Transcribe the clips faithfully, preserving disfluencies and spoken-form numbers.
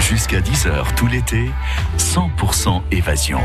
Jusqu'à dix heures tout l'été, cent pour cent évasion.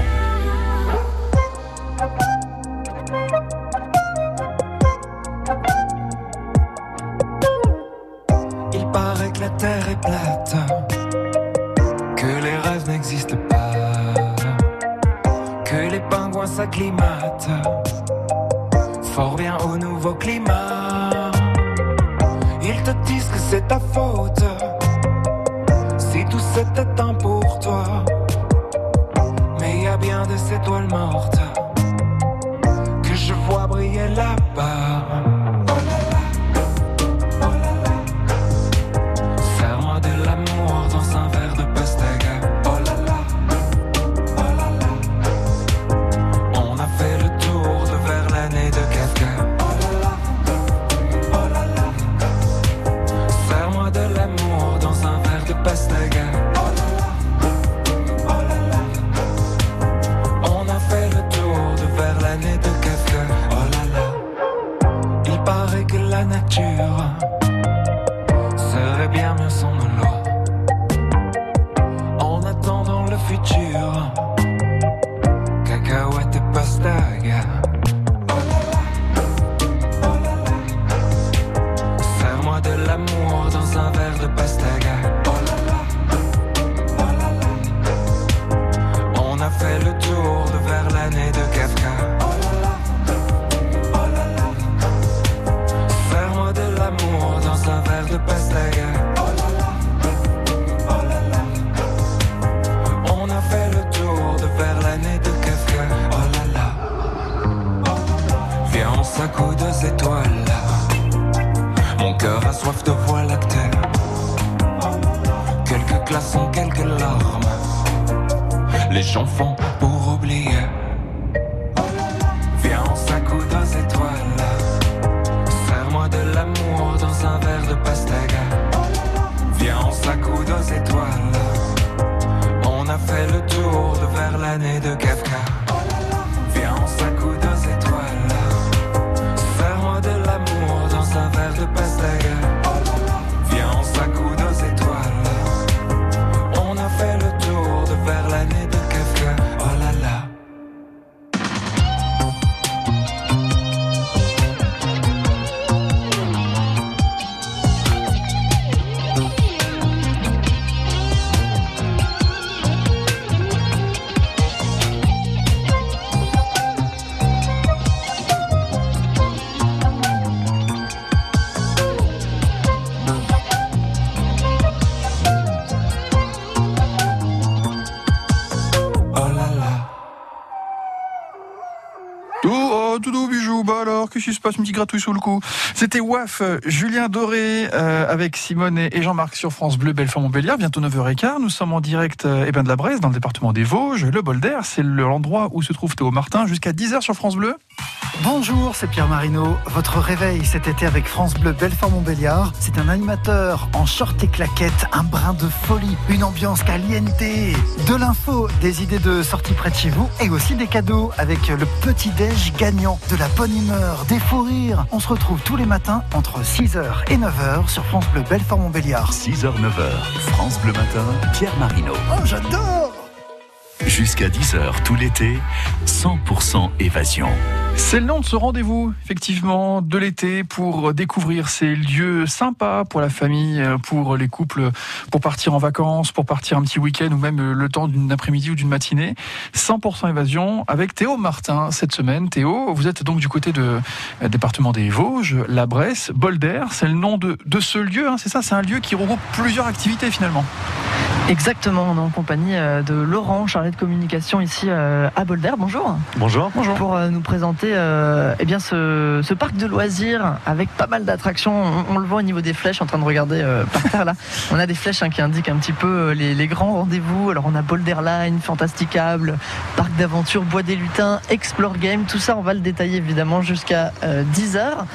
Il paraît que la terre est plate, que les rêves n'existent pas, que les pingouins s'acclimatent fort bien au nouveau climat. Ils te disent que c'est ta faute si tout c'était un pour toi. Mais y a bien des étoiles mortes que je vois briller là-bas. Oh là là, oh là là. Serre-moi de l'amour dans un verre de pastèque. Oh là là, oh là là. On a fait le tour de Verlaine et de Kafka. Oh là là, oh là là. Serre-moi de l'amour dans un verre de pastèque. La nature serait bien mieux sans nos lois. En attendant le futur, cacahuètes et pastèques. Oh là là, oh là là. Serre-moi de l'amour dans un verre de pastèque. Oh là là, oh là là. On a fait le tour de Verlaine et de Kafka. Dans un verre de pastèque. Oh là là, oh là là. On a fait le tour de Verlaine et de Kafka. Oh là là, viens on s'accoude aux étoiles. Mon cœur a soif de voie lactée. Quelques glaçons, quelques larmes. Les gens font pour oublier. Viens on s'accoude aux étoiles. Serre-moi de l'amour dans un verre de pastèque. Viens on s'accoude aux étoiles. On a fait le tour de Verlaine et de Kafka. Viens on s'accoude aux étoiles. Serre-moi de l'amour dans un verre de pastèque. Viens on s'accoude aux étoiles. On a fait le tour de Verlaine et de Kafka. Oh là là. Qu'est-ce qui se passe, une petite gratouille sous le cou. C'était W A F, Julien Doré, euh, avec Simone et Jean-Marc sur France Bleu, Belfort-Montbéliard, bientôt neuf heures quinze. Nous sommes en direct euh, eh ben de la Bresse, dans le département des Vosges. Le bol d'air, c'est l'endroit où se trouve Théo Martin, jusqu'à dix heures sur France Bleu. Bonjour, c'est Pierre Marino. Votre réveil cet été avec France Bleu Belfort-Montbéliard, c'est un animateur en short et claquettes, un brin de folie, une ambiance caliente, de l'info, des idées de sortie près de chez vous et aussi des cadeaux avec le petit-déj gagnant, de la bonne humeur, des fous rires. On se retrouve tous les matins entre six heures et neuf heures sur France Bleu Belfort-Montbéliard. six heures neuf heures, France Bleu Matin, Pierre Marino. Oh, j'adore! Jusqu'à dix heures tout l'été, cent pour cent évasion. C'est le nom de ce rendez-vous, effectivement, de l'été pour découvrir ces lieux sympas pour la famille, pour les couples, pour partir en vacances, pour partir un petit week-end ou même le temps d'une après-midi ou d'une matinée. cent pour cent évasion avec Théo Martin cette semaine. Théo, vous êtes donc du côté de euh, département des Vosges, la Bresse, bol d'air, c'est le nom de, de ce lieu, hein, c'est ça, c'est un lieu qui regroupe plusieurs activités finalement. Exactement, on est en compagnie de Laurent, chargé de communication ici à Bol d'Air. Bonjour. Bonjour. Bonjour. Pour nous présenter euh, eh bien ce, ce parc de loisirs avec pas mal d'attractions. On, on le voit au niveau des flèches, en train de regarder euh, par terre là. On a des flèches hein, qui indiquent un petit peu les, les grands rendez-vous. Alors on a Bol d'Air Line, Fantasticable, Parc d'aventure, Bois des Lutins, Explore Game. Tout ça, on va le détailler évidemment jusqu'à euh, dix heures.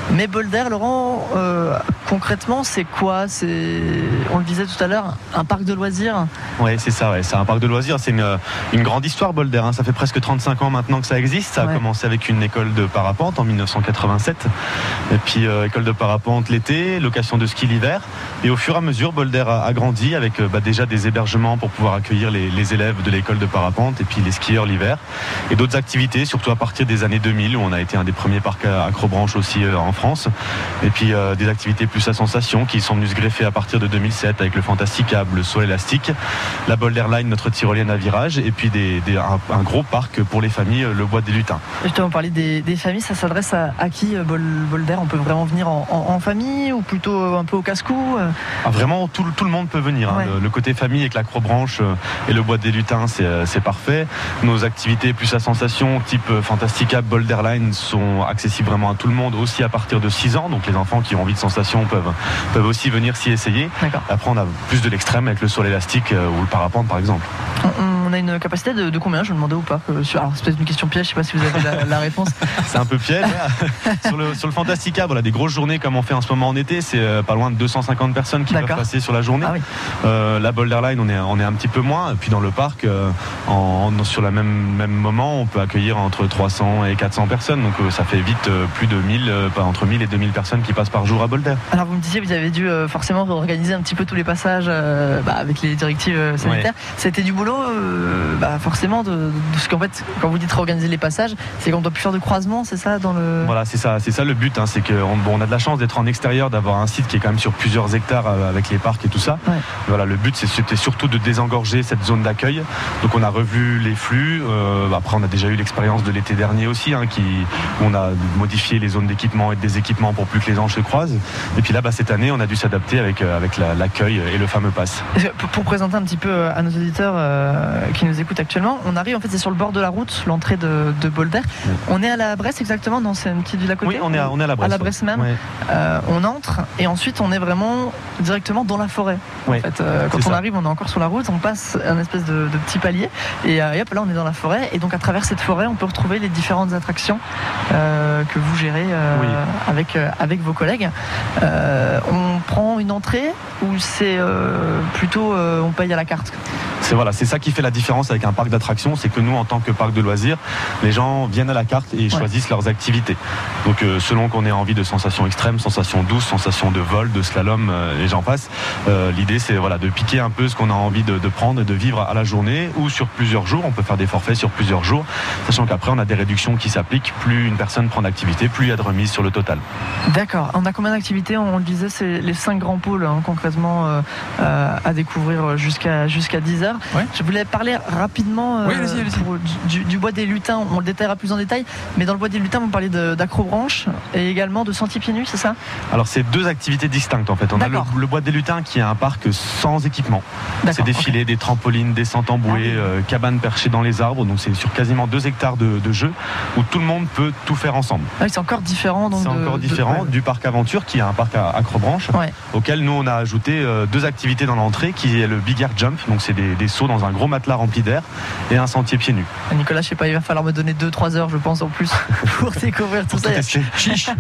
Mais Boulder, Laurent, euh, concrètement, c'est quoi? C'est, on le disait tout à l'heure, un parc de loisirs. Oui, c'est ça, ouais. C'est un parc de loisirs. C'est une, une grande histoire, Boulder. Hein. Ça fait presque trente-cinq ans maintenant que ça existe. Ça a ouais. commencé avec une école de parapente en dix-neuf cent quatre-vingt-sept. Et puis, euh, école de parapente l'été, location de ski l'hiver. Et au fur et à mesure, Boulder a, a grandi avec bah, déjà des hébergements pour pouvoir accueillir les, les élèves de l'école de parapente et puis les skieurs l'hiver. Et d'autres activités, surtout à partir des années deux mille, où on a été un des premiers parcs acrobranche aussi euh, en France. Et puis, euh, des activités plus à sensation qui sont venues se greffer à partir de deux mille sept avec le Fantasticable, le saut élastique, la Boulder Line, notre tyrolienne à virage, et puis des, des, un, un gros parc pour les familles, le Bois des Lutins. Justement, on parlait des, des familles, ça s'adresse à, à qui, Boulder? On peut vraiment venir en, en, en famille ou plutôt un peu au casse-cou? ah, Vraiment, tout, tout le monde peut venir. Ouais. Hein. Le, le côté famille avec l'acrobranche et le Bois des Lutins, c'est, c'est parfait. Nos activités plus à sensation, type Fantasticable, Boulder Line, sont accessibles vraiment à tout le monde, aussi à partir de six ans. Donc les enfants qui ont envie de sensations peuvent, peuvent aussi venir s'y essayer. D'accord. Après, on a plus de l'extrême avec le saut élastique euh, ou le parapente, par exemple. On a une capacité de, de combien, je me demandais ou pas? Alors, c'est peut-être une question piège, je ne sais pas si vous avez la, la réponse. C'est un peu piège. sur, le, sur le Fantasticable, on a des grosses journées comme on fait en ce moment en été. C'est euh, pas loin de deux cent cinquante personnes qui D'accord. peuvent passer sur la journée. Ah oui. euh, la Boulder Line, on est, on est un petit peu moins. Et puis dans le parc, euh, en, sur le même, même moment, on peut accueillir entre trois cents et quatre cents personnes. Donc euh, ça fait vite euh, plus de mille, euh, entre mille et deux mille personnes qui passent par jour à Boulder. Alors vous me disiez, vous avez dû euh, forcément organiser un petit peu tous les passages euh, bah, avec les directives euh, sanitaires. Ouais. C'était du boulot euh, bah, forcément de, de ce qu'en fait, quand vous dites réorganiser les passages, c'est qu'on doit plus faire de croisement, c'est ça dans le... Voilà, c'est ça, c'est ça le but. Hein, c'est qu'on bon, on a de la chance d'être en extérieur, d'avoir un site qui est quand même sur plusieurs hectares euh, avec les parcs et tout ça. Ouais. Voilà, le but c'était surtout de désengorger cette zone d'accueil. Donc on a revu les flux. Euh, après on a déjà eu l'expérience de l'été dernier aussi, hein, qui, où on a modifié les zones d'équipement et de déséquipement pour plus que les anges se croisent. Et puis là, bah, cette année, on a dû s'adapter avec, euh, avec la, l'accueil et le fameux pass. Pour, pour présenter un petit peu à nos auditeurs euh, qui nous écoutent actuellement, on arrive en fait, c'est sur le bord de la route, l'entrée de, de Boulder. Oui. On est à la Bresse exactement, dans cette petite ville à côté. Oui, on est à, on est à la Bresse. À la Bresse même. Oui. Euh, on entre et ensuite on est vraiment directement dans la forêt. Oui. En fait, euh, quand c'est on ça. arrive, on est encore sur la route, on passe un espèce de, de petit palier et, euh, et hop, là on est dans la forêt. Et donc à travers cette forêt, on peut retrouver les différentes attractions euh, que vous gérez euh, oui. avec, euh, avec vos collègues. Euh, on prend une entrée ou c'est euh, plutôt euh, on paye à la carte? C'est, voilà, c'est ça qui fait la différence avec un parc d'attractions, c'est que nous, en tant que parc de loisirs, les gens viennent à la carte et ouais. choisissent leurs activités. Donc euh, selon qu'on ait envie de sensations extrêmes, sensations douces, sensations de vol, de slalom, euh, et j'en passe, euh, l'idée c'est voilà, de piquer un peu ce qu'on a envie de, de prendre et de vivre à la journée ou sur plusieurs jours. On peut faire des forfaits sur plusieurs jours, sachant qu'après on a des réductions qui s'appliquent. Plus une personne prend d'activité, plus il y a de remise sur le total. D'accord. On a combien d'activités? On le disait, c'est les cinq grands pôles hein, concrètement euh, euh, à découvrir jusqu'à, jusqu'à dix heures. Ouais. Je voulais parler rapidement euh, oui, allez-y, allez-y. Pour, du, du bois des lutins. On le détaillera plus en détail, mais dans le bois des lutins, vous parlez de, d'acrobranche et également de sentier pieds nus, c'est ça? Alors c'est deux activités distinctes en fait. On D'accord. a le, le bois des lutins qui est un parc sans équipement. D'accord, c'est des okay. filets, des trampolines, des descentes en bouée, ah, oui. euh, cabanes perchées dans les arbres. Donc c'est sur quasiment deux hectares de, de jeux où tout le monde peut tout faire ensemble. Ah oui, c'est encore différent. Donc c'est de, encore différent de... du parc aventure qui est un parc à acrobranche ouais. auquel nous on a ajouté euh, deux activités dans l'entrée qui est le big air jump. Donc c'est des, des sauts dans un gros matelas rempli d'air et un sentier pieds nus. Nicolas, je sais pas, il va falloir me donner deux trois heures je pense en plus pour découvrir tout ça. Chiche.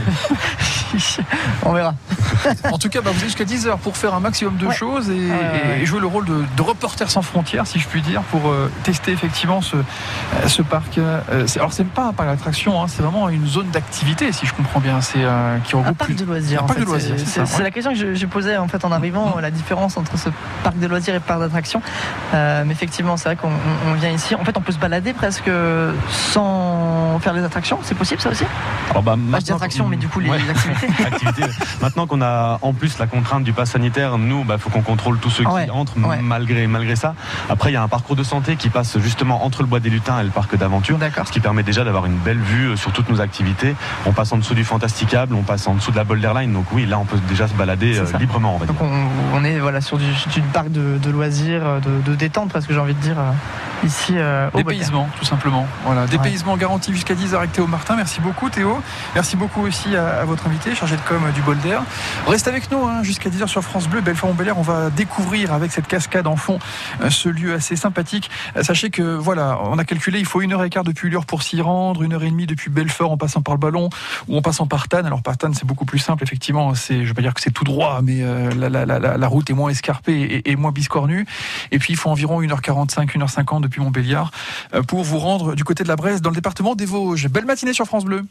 On verra. En tout cas, bah, vous avez jusqu'à dix heures pour faire un maximum de ouais. choses et, ouais, ouais. et jouer le rôle de, de reporter sans frontières, si je puis dire, pour euh, tester effectivement ce, ce parc. Euh, c'est, alors, c'est pas un parc d'attraction, hein, c'est vraiment une zone d'activité, si je comprends bien. C'est euh, qui regroupe un parc plus... de loisirs. Un parc fait, de loisirs. C'est, c'est, c'est, ça, c'est ouais. la question que je, je posais en fait en arrivant, mmh. la différence entre ce parc de loisirs et parc d'attraction. Euh, mais effectivement, c'est vrai qu'on on vient ici. En fait, on peut se balader presque sans faire les attractions. C'est possible, ça aussi? Alors, bah, Pas des attractions, mais du coup les ouais. activités. activités. Maintenant qu'on a en plus la contrainte du pass sanitaire, nous, il bah, faut qu'on contrôle tous ceux qui ouais. entrent ouais. malgré malgré ça. Après, il y a un parcours de santé qui passe justement entre le bois des lutins et le parc d'aventure, D'accord. ce qui permet déjà d'avoir une belle vue sur toutes nos activités. On passe en dessous du Fantasticable, on passe en dessous de la Boulder Line. Donc oui, là, on peut déjà se balader euh, librement. On va dire. Donc on, on est voilà sur du, du parc de, de loisirs, de, de détente, parce que j'ai envie de dire euh, ici. Euh, Dépaysement, tout simplement. Voilà, dépaysement ouais. garanti jusqu'à dix heures avec Théo Martin. Merci beaucoup Théo. Merci beaucoup aussi à, à votre invité, chargé de com du Boulder. Reste avec nous hein, jusqu'à dix heures sur France Bleu, Belfort-Montbéliard. On va découvrir avec cette cascade en fond ce lieu assez sympathique. Sachez que voilà, on a calculé, il faut une heure et quart depuis Lure pour s'y rendre, une heure et demie depuis Belfort en passant par le Ballon ou en passant par Tannes. Alors par Tannes c'est beaucoup plus simple, effectivement, c'est, je vais pas dire que c'est tout droit, mais euh, la, la, la, la route est moins escarpée et, et moins biscornue. Et puis il faut environ une heure quarante-cinq, une heure cinquante depuis Montbéliard euh, pour vous rendre du côté de la Bresse dans le département des Vosges. Belle matinée sur France Bleu.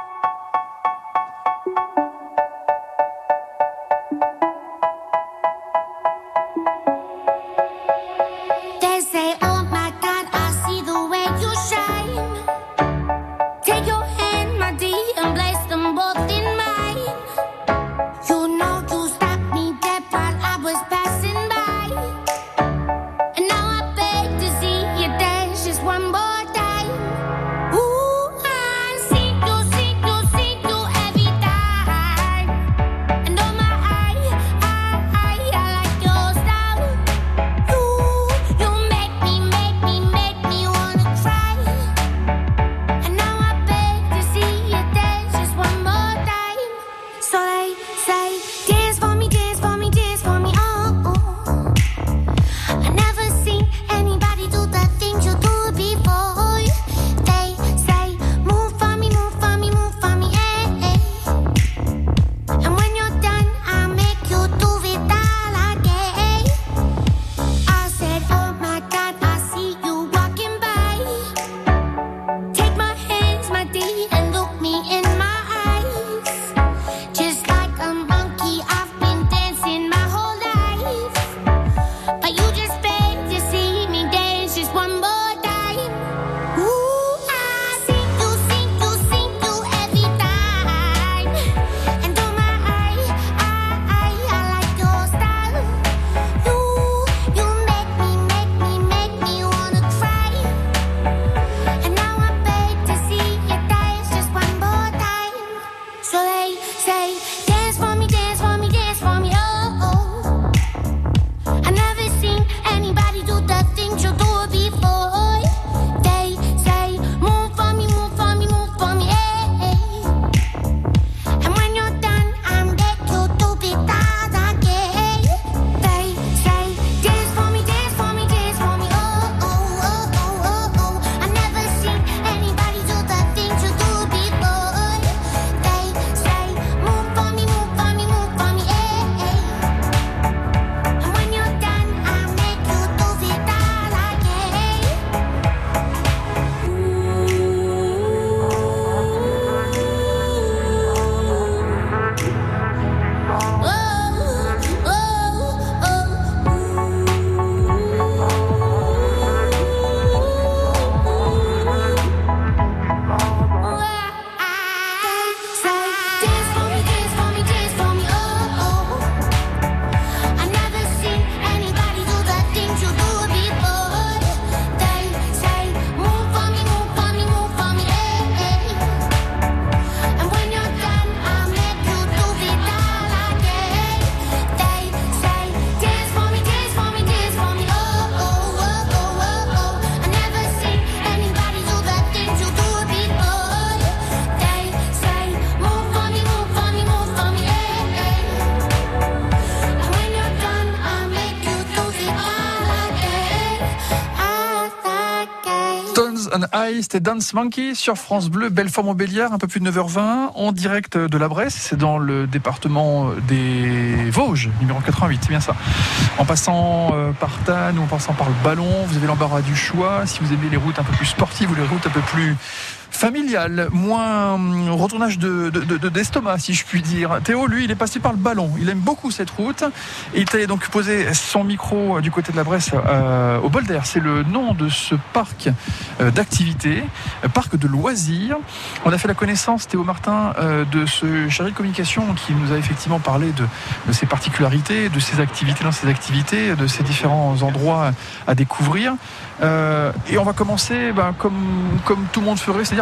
and Ice, c'était Dance Monkey sur France Bleu, Belfort-Montbéliard, un peu plus de neuf heures vingt, en direct de la Bresse, c'est dans le département des Vosges, numéro quatre-vingt-huit, c'est bien ça. En passant euh, par Tannes ou en passant par le Ballon, vous avez l'embarras du choix, si vous aimez les routes un peu plus sportives ou les routes un peu plus familial, moins retournage de, de, de, d'estomac, si je puis dire. Théo, lui, il est passé par le Ballon. Il aime beaucoup cette route. Et il t'a donc posé son micro du côté de la Bresse euh, au Boulder. C'est le nom de ce parc euh, d'activités, euh, parc de loisirs. On a fait la connaissance, Théo Martin, euh, de ce chargé de communication qui nous a effectivement parlé de, de ses particularités, de ses activités dans ses activités, de ses différents endroits à découvrir. Euh, et on va commencer ben, comme, comme tout le monde ferait, c'est-à-dire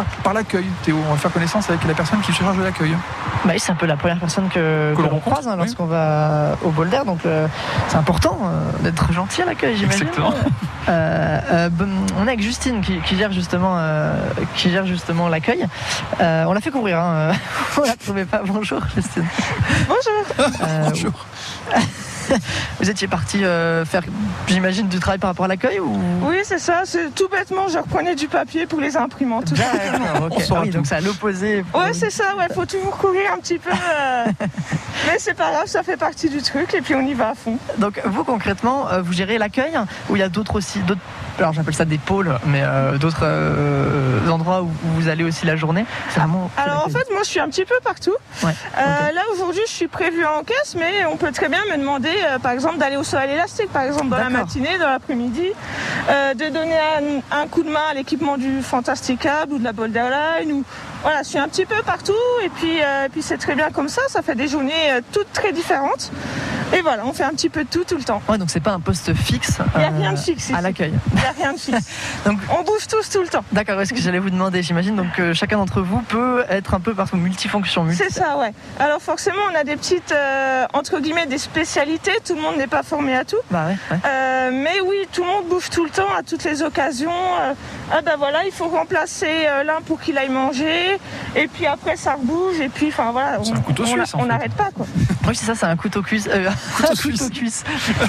par l'accueil. Théo, on va faire connaissance avec la personne qui se charge de l'accueil. Bah oui, c'est un peu la première personne que, que, que l'on croise hein, lorsqu'on oui. va au Boulder, donc euh, c'est important euh, d'être gentil à l'accueil, j'imagine. Exactement. Euh, euh, bon, on est avec Justine qui, qui gère justement, euh, qui gère justement l'accueil. Euh, on l'a fait courir, hein. On la trouvait pas. Bonjour Justine. Bonjour. Euh, Bonjour. Vous étiez parti euh, faire, j'imagine, du travail par rapport à l'accueil ou... Oui, c'est ça. C'est tout bêtement, je reprenais du papier pour les imprimantes. D'accord, okay. Oui, donc c'est à l'opposé. Oui, c'est ça. Il ouais, faut toujours courir un petit peu. Euh... Mais c'est pas grave, ça fait partie du truc et puis on y va à fond. Donc vous, concrètement, vous gérez l'accueil ou il y a d'autres aussi, d'autres... alors j'appelle ça des pôles, mais euh, d'autres euh, endroits où vous allez aussi la journée. C'est vraiment... Alors en fait, moi je suis un petit peu partout. Ouais. Euh, okay. Là aujourd'hui, je suis prévue en caisse, mais on peut très bien me demander Euh, par exemple d'aller au saut à l'élastique, par exemple dans D'accord. la matinée, dans l'après-midi, euh, de donner un, un coup de main à l'équipement du Fantasticable ou de la Boulder Line. Ou... Voilà, je suis un petit peu partout et puis, euh, puis c'est très bien comme ça, ça fait des journées euh, toutes très différentes. Et voilà, on fait un petit peu de tout tout le temps. Ouais, donc c'est pas un poste fixe. Il n'y a euh, rien de fixe ici. À l'accueil. Il n'y a rien de fixe. Donc on bouge tous tout le temps. D'accord, est-ce que j'allais vous demander, j'imagine donc euh, chacun d'entre vous peut être un peu partout multifonction. Multi... C'est ça, ouais. Alors forcément, on a des petites euh, entre guillemets des spécialités. Tout le monde n'est pas formé à tout. Bah ouais. ouais. Euh, mais oui, tout le monde bouge tout le temps à toutes les occasions. Euh, ah ben voilà, il faut remplacer euh, l'un pour qu'il aille manger. Et puis après, ça rebouge. Et puis, enfin voilà, c'est on, un couteau suisse, on n'arrête pas quoi. Oui, c'est ça, c'est un couteau cuisse. Euh, couteau un suisse. couteau cuisse.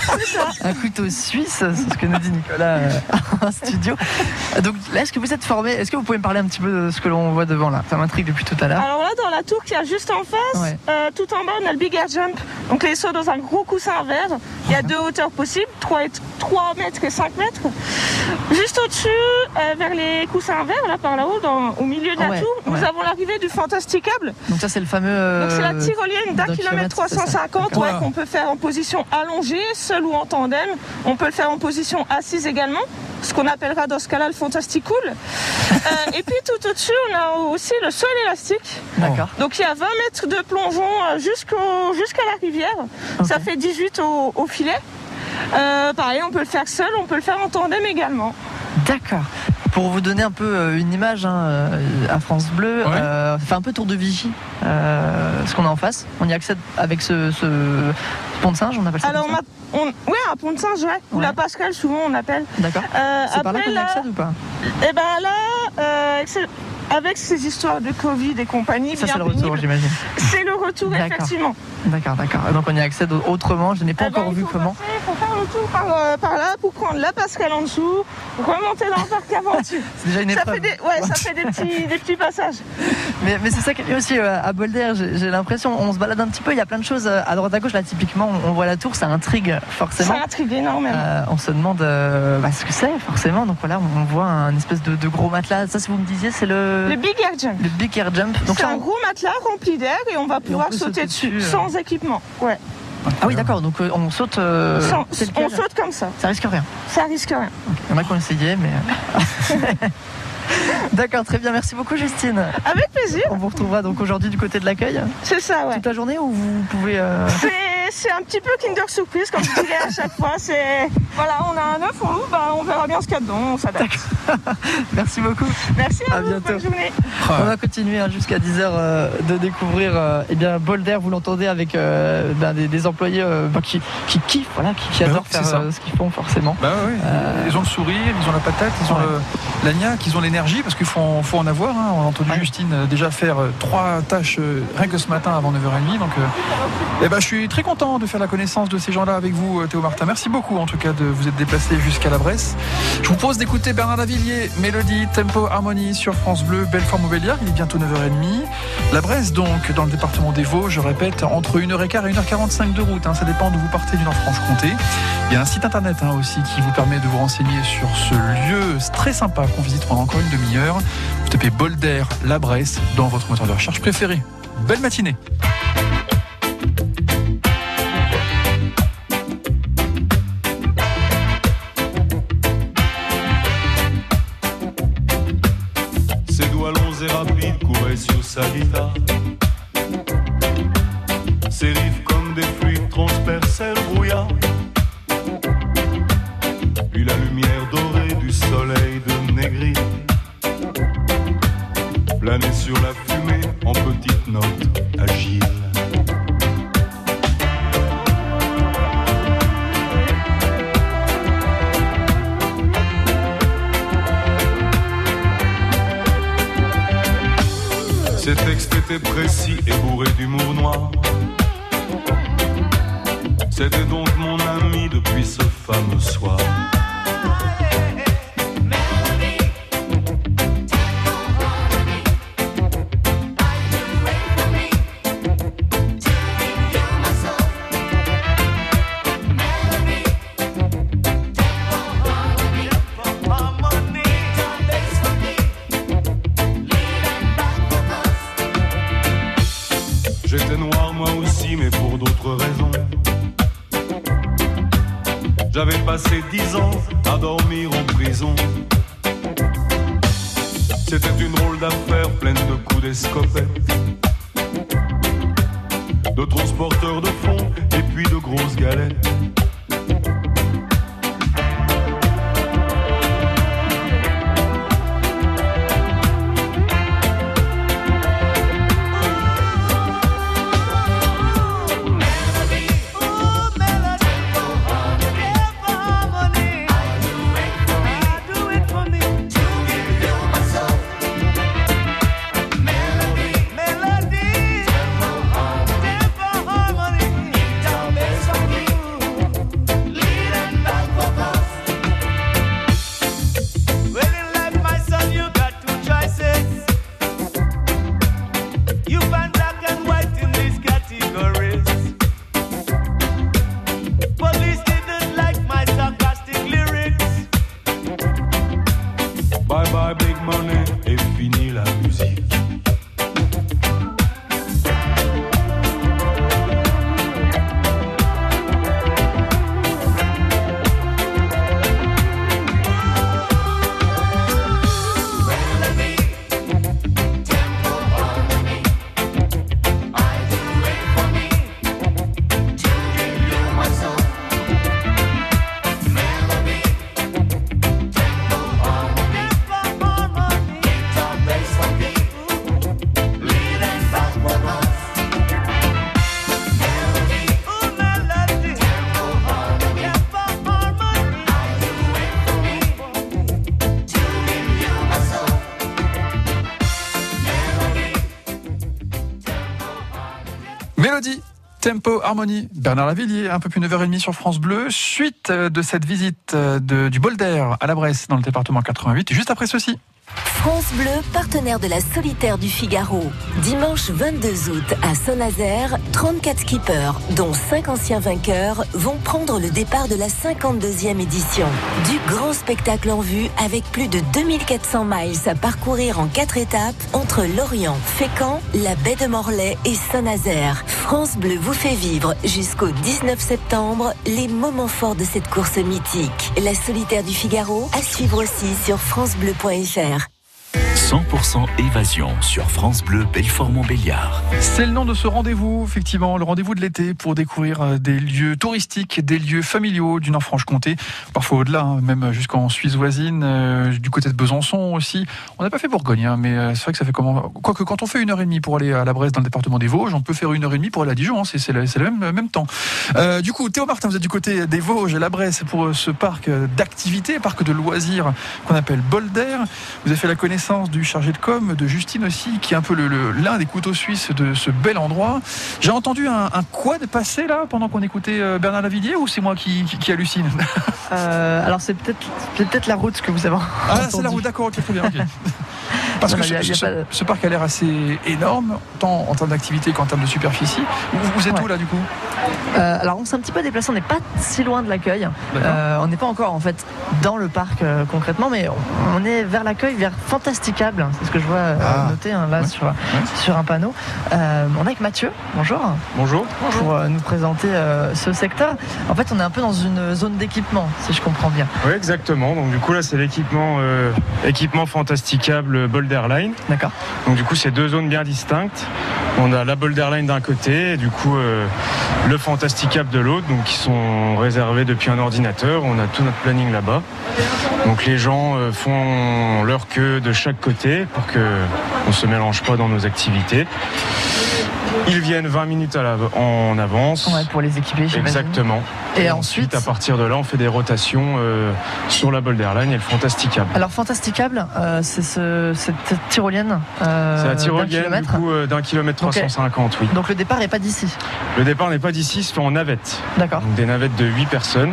Un couteau suisse, c'est ce que nous dit Nicolas euh, en studio. Donc là, est-ce que vous êtes formé? Est-ce que vous pouvez me parler un petit peu de ce que l'on voit devant là? Ça m'intrigue depuis tout à l'heure. Alors là, dans la tour qu'il y a juste en face, ouais. euh, tout en bas, on a le Big Air Jump. Donc les sauts dans un gros coussin vert. Il y a deux hauteurs possibles, trois mètres et cinq mètres. Juste au-dessus, euh, vers les coussins verts, là par là-haut, dans, au milieu de la ouais, tour, ouais. nous avons l'arrivée du Fantasticable. Donc ça, c'est le fameux... Euh, Donc c'est la tyrolienne d'un kilomètre trois cent cinquante ouais, qu'on peut faire en position allongée, seul ou en tandem. On peut le faire en position assise également, ce qu'on appellera dans ce cas-là le Fantasticool. euh, et puis tout au-dessus, on a aussi le saut à l'élastique. D'accord. Donc il y a vingt mètres de plongeon jusqu'au, jusqu'à la rivière. Okay. Ça fait dix-huit au, au filet. Euh, pareil, on peut le faire seul, on peut le faire en tandem également. D'accord. Pour vous donner un peu une image hein, à France Bleu, ouais. euh, fait un peu tour de vigie, euh, ce qu'on a en face. On y accède avec ce, ce pont de singe, on appelle ça. Alors, ça on, oui, un pont de singe, ouais. ouais. Ou la passerelle, souvent on appelle. D'accord. Euh, c'est après, par là qu'on y là, accède ou pas? Eh ben là, euh, avec ces histoires de Covid et compagnie, ça bien c'est le retour, j'imagine. C'est le retour, d'accord. Effectivement. D'accord, d'accord. Donc on y accède autrement. Je n'ai pas eh encore ben, vu comment. Il faut faire le tour par, euh, par là pour prendre la passerelle en dessous, remonter dans le parc aventure. C'est déjà une épreuve. Ça fait des, ouais, ça fait des petits, des petits passages. Mais, mais c'est ça qui est aussi euh, à Boulder. J'ai, j'ai l'impression, on se balade un petit peu. Il y a plein de choses à droite à gauche. Là, typiquement, on, on voit la tour, ça intrigue forcément. Ça intrigue énormément. Euh, on se demande euh, bah, ce que c'est forcément. Donc voilà, on, on voit un espèce de, de gros matelas. Ça, si vous me disiez, c'est le. Le Big Air Jump. Le Big Air Jump. Donc c'est un gros matelas rempli d'air et on va pouvoir sauter, sauter dessus, dessus euh... sans équipement. Ouais. Ah oui, d'accord, donc euh, on saute. Euh, Sans, on saute comme ça. Ça risque rien. Ça risque rien. Okay. Il y en a qui ont essayé, mais. D'accord, très bien, merci beaucoup Justine. Avec plaisir. On vous retrouvera donc aujourd'hui du côté de l'accueil. C'est ça, ouais. Toute la journée ou vous pouvez. Euh... C'est, c'est un petit peu Kinder Surprise, comme je dirais à chaque fois. C'est voilà, on a un œuf, on l'ouvre, bah, on verra bien ce qu'il y a dedans, on s'adapte. Merci beaucoup. Merci à, à vous, bientôt. Bonne journée. On va continuer hein, jusqu'à dix heures euh, de découvrir euh, eh bien, Boulder, vous l'entendez avec euh, ben, des, des employés euh, ben, qui, qui kiffent, voilà, qui, qui bah adorent oui, faire euh, ce qu'ils font forcément. Bah oui, euh... Ils ont le sourire, ils ont la patate, ils ont ouais. le, l'agnac, ils ont l'énergie, parce qu'il faut, faut en avoir. Hein. On a entendu ouais. Justine euh, déjà faire euh, trois tâches euh, rien que ce matin avant neuf heures trente. Donc, euh, eh ben, je suis très content de faire la connaissance de ces gens-là avec vous, Théo Martin. Merci beaucoup en tout cas de vous être déplacé jusqu'à la Bresse. Je vous propose d'écouter Bernard Lavilliers, Mélodie, Tempo, Harmonie sur France Bleu, Belfort-Montbéliard. Il est bientôt neuf heures trente. La Bresse donc, dans le département des Vosges, je répète, entre une heure quinze et une heure quarante-cinq de route. Hein. Ça dépend d'où vous partez du Nord-Franche-Comté. Il y a un site internet hein, aussi qui vous permet de vous renseigner sur ce lieu très sympa qu'on visite pendant encore une demi-heure. Vous tapez Boulder, la Bresse dans votre moteur de recherche préféré. Belle matinée. Ses doigts longs et rapides couraient sur sa guitare. Ses riffs comme des fluides transperçaient le brouillard. Puis la lumière dorée du soleil de Négri C'était précis et bourré d'humour noir. C'était donc mon ami depuis ce fameux soir. J'étais noir moi aussi, mais pour d'autres raisons. J'avais passé dix ans à dormir en prison. C'était une drôle d'affaire pleine de coups d'escopette, de transporteurs de fonds et puis de grosses galettes. Mélodie, tempo, harmonie. Bernard Lavilliers, un peu plus neuf heures trente sur France Bleu. Suite de cette visite de, du bol d'air à la Bresse dans le département quatre-vingt-huit, juste après ceci. France Bleu, partenaire de la Solitaire du Figaro. Dimanche vingt-deux août à Saint-Nazaire, trente-quatre skippers, dont cinq anciens vainqueurs, vont prendre le départ de la cinquante-deuxième édition. Du grand spectacle en vue avec plus de deux mille quatre cents miles à parcourir en quatre étapes entre Lorient, Fécamp, la baie de Morlaix et Saint-Nazaire. France Bleu vous fait vivre jusqu'au dix-neuf septembre les moments forts de cette course mythique. La Solitaire du Figaro, à suivre aussi sur francebleu point f r. cent pour cent évasion sur France Bleu Belfort-Montbéliard. C'est le nom de ce rendez-vous, effectivement, le rendez-vous de l'été pour découvrir des lieux touristiques, des lieux familiaux du Nord-Franche-Comté, parfois au-delà, hein, même jusqu'en Suisse voisine, euh, du côté de Besançon aussi. On n'a pas fait Bourgogne, hein, mais c'est vrai que ça fait comment. Quoique quand on fait une heure et demie pour aller à la Bresse dans le département des Vosges, on peut faire une heure et demie pour aller à Dijon, hein, c'est, c'est, le, c'est le même, même temps. Euh, du coup, Théo Martin, vous êtes du côté des Vosges et la Bresse pour ce parc d'activités, parc de loisirs qu'on appelle Bol d'Air. Vous avez fait la connaissance du chargé de com, de Justine aussi, qui est un peu le, le, l'un des couteaux suisses de ce bel endroit. J'ai entendu un, un quad passer là pendant qu'on écoutait Bernard Lavilliers, ou c'est moi qui, qui, qui hallucine? euh, Alors c'est peut-être, c'est peut-être la route que vous avez Ah entendu. C'est la route, d'accord, ok, très bien. Okay. Parce non, que ce, y a, y a ce, de... ce parc a l'air assez énorme, tant en termes d'activité qu'en termes de superficie. Vous, vous êtes ouais. où là du coup? euh, Alors on s'est un petit peu déplacé, on n'est pas si loin de l'accueil. Euh, on n'est pas encore en fait dans le parc euh, concrètement, mais on, on est vers l'accueil, vers Fantasticable. C'est ce que je vois euh, ah. noté hein, là ouais. sur, ouais. sur un panneau. Euh, on est avec Mathieu. Bonjour. Bonjour. Pour euh, nous présenter euh, ce secteur. En fait, on est un peu dans une zone d'équipement, si je comprends bien. Oui, exactement. Donc du coup là, c'est l'équipement euh, équipement Fantasticable Bol d'Air Line. D'accord. Donc du coup, c'est deux zones bien distinctes. On a la Bol d'Air Line d'un côté, et du coup euh, le Fantasticable de l'autre, donc qui sont réservés depuis un ordinateur. On a tout notre planning là-bas. Donc les gens euh, font leur queue de chaque côté pour que on se mélange pas dans nos activités. Ils viennent vingt minutes à la, en avance. Ouais, pour les équiper, j'imagine. Exactement. Et, et ensuite, ensuite, à partir de là, on fait des rotations euh, sur la Boulderline et le Fantasticable. Alors, Fantasticable, euh, c'est ce, cette tyrolienne euh, C'est la tyrolienne d'un du coup euh, d'un kilomètre trois cent cinquante, oui. Donc le départ n'est pas d'ici. Le départ n'est pas d'ici, il se fait en navette. D'accord. Donc des navettes de huit personnes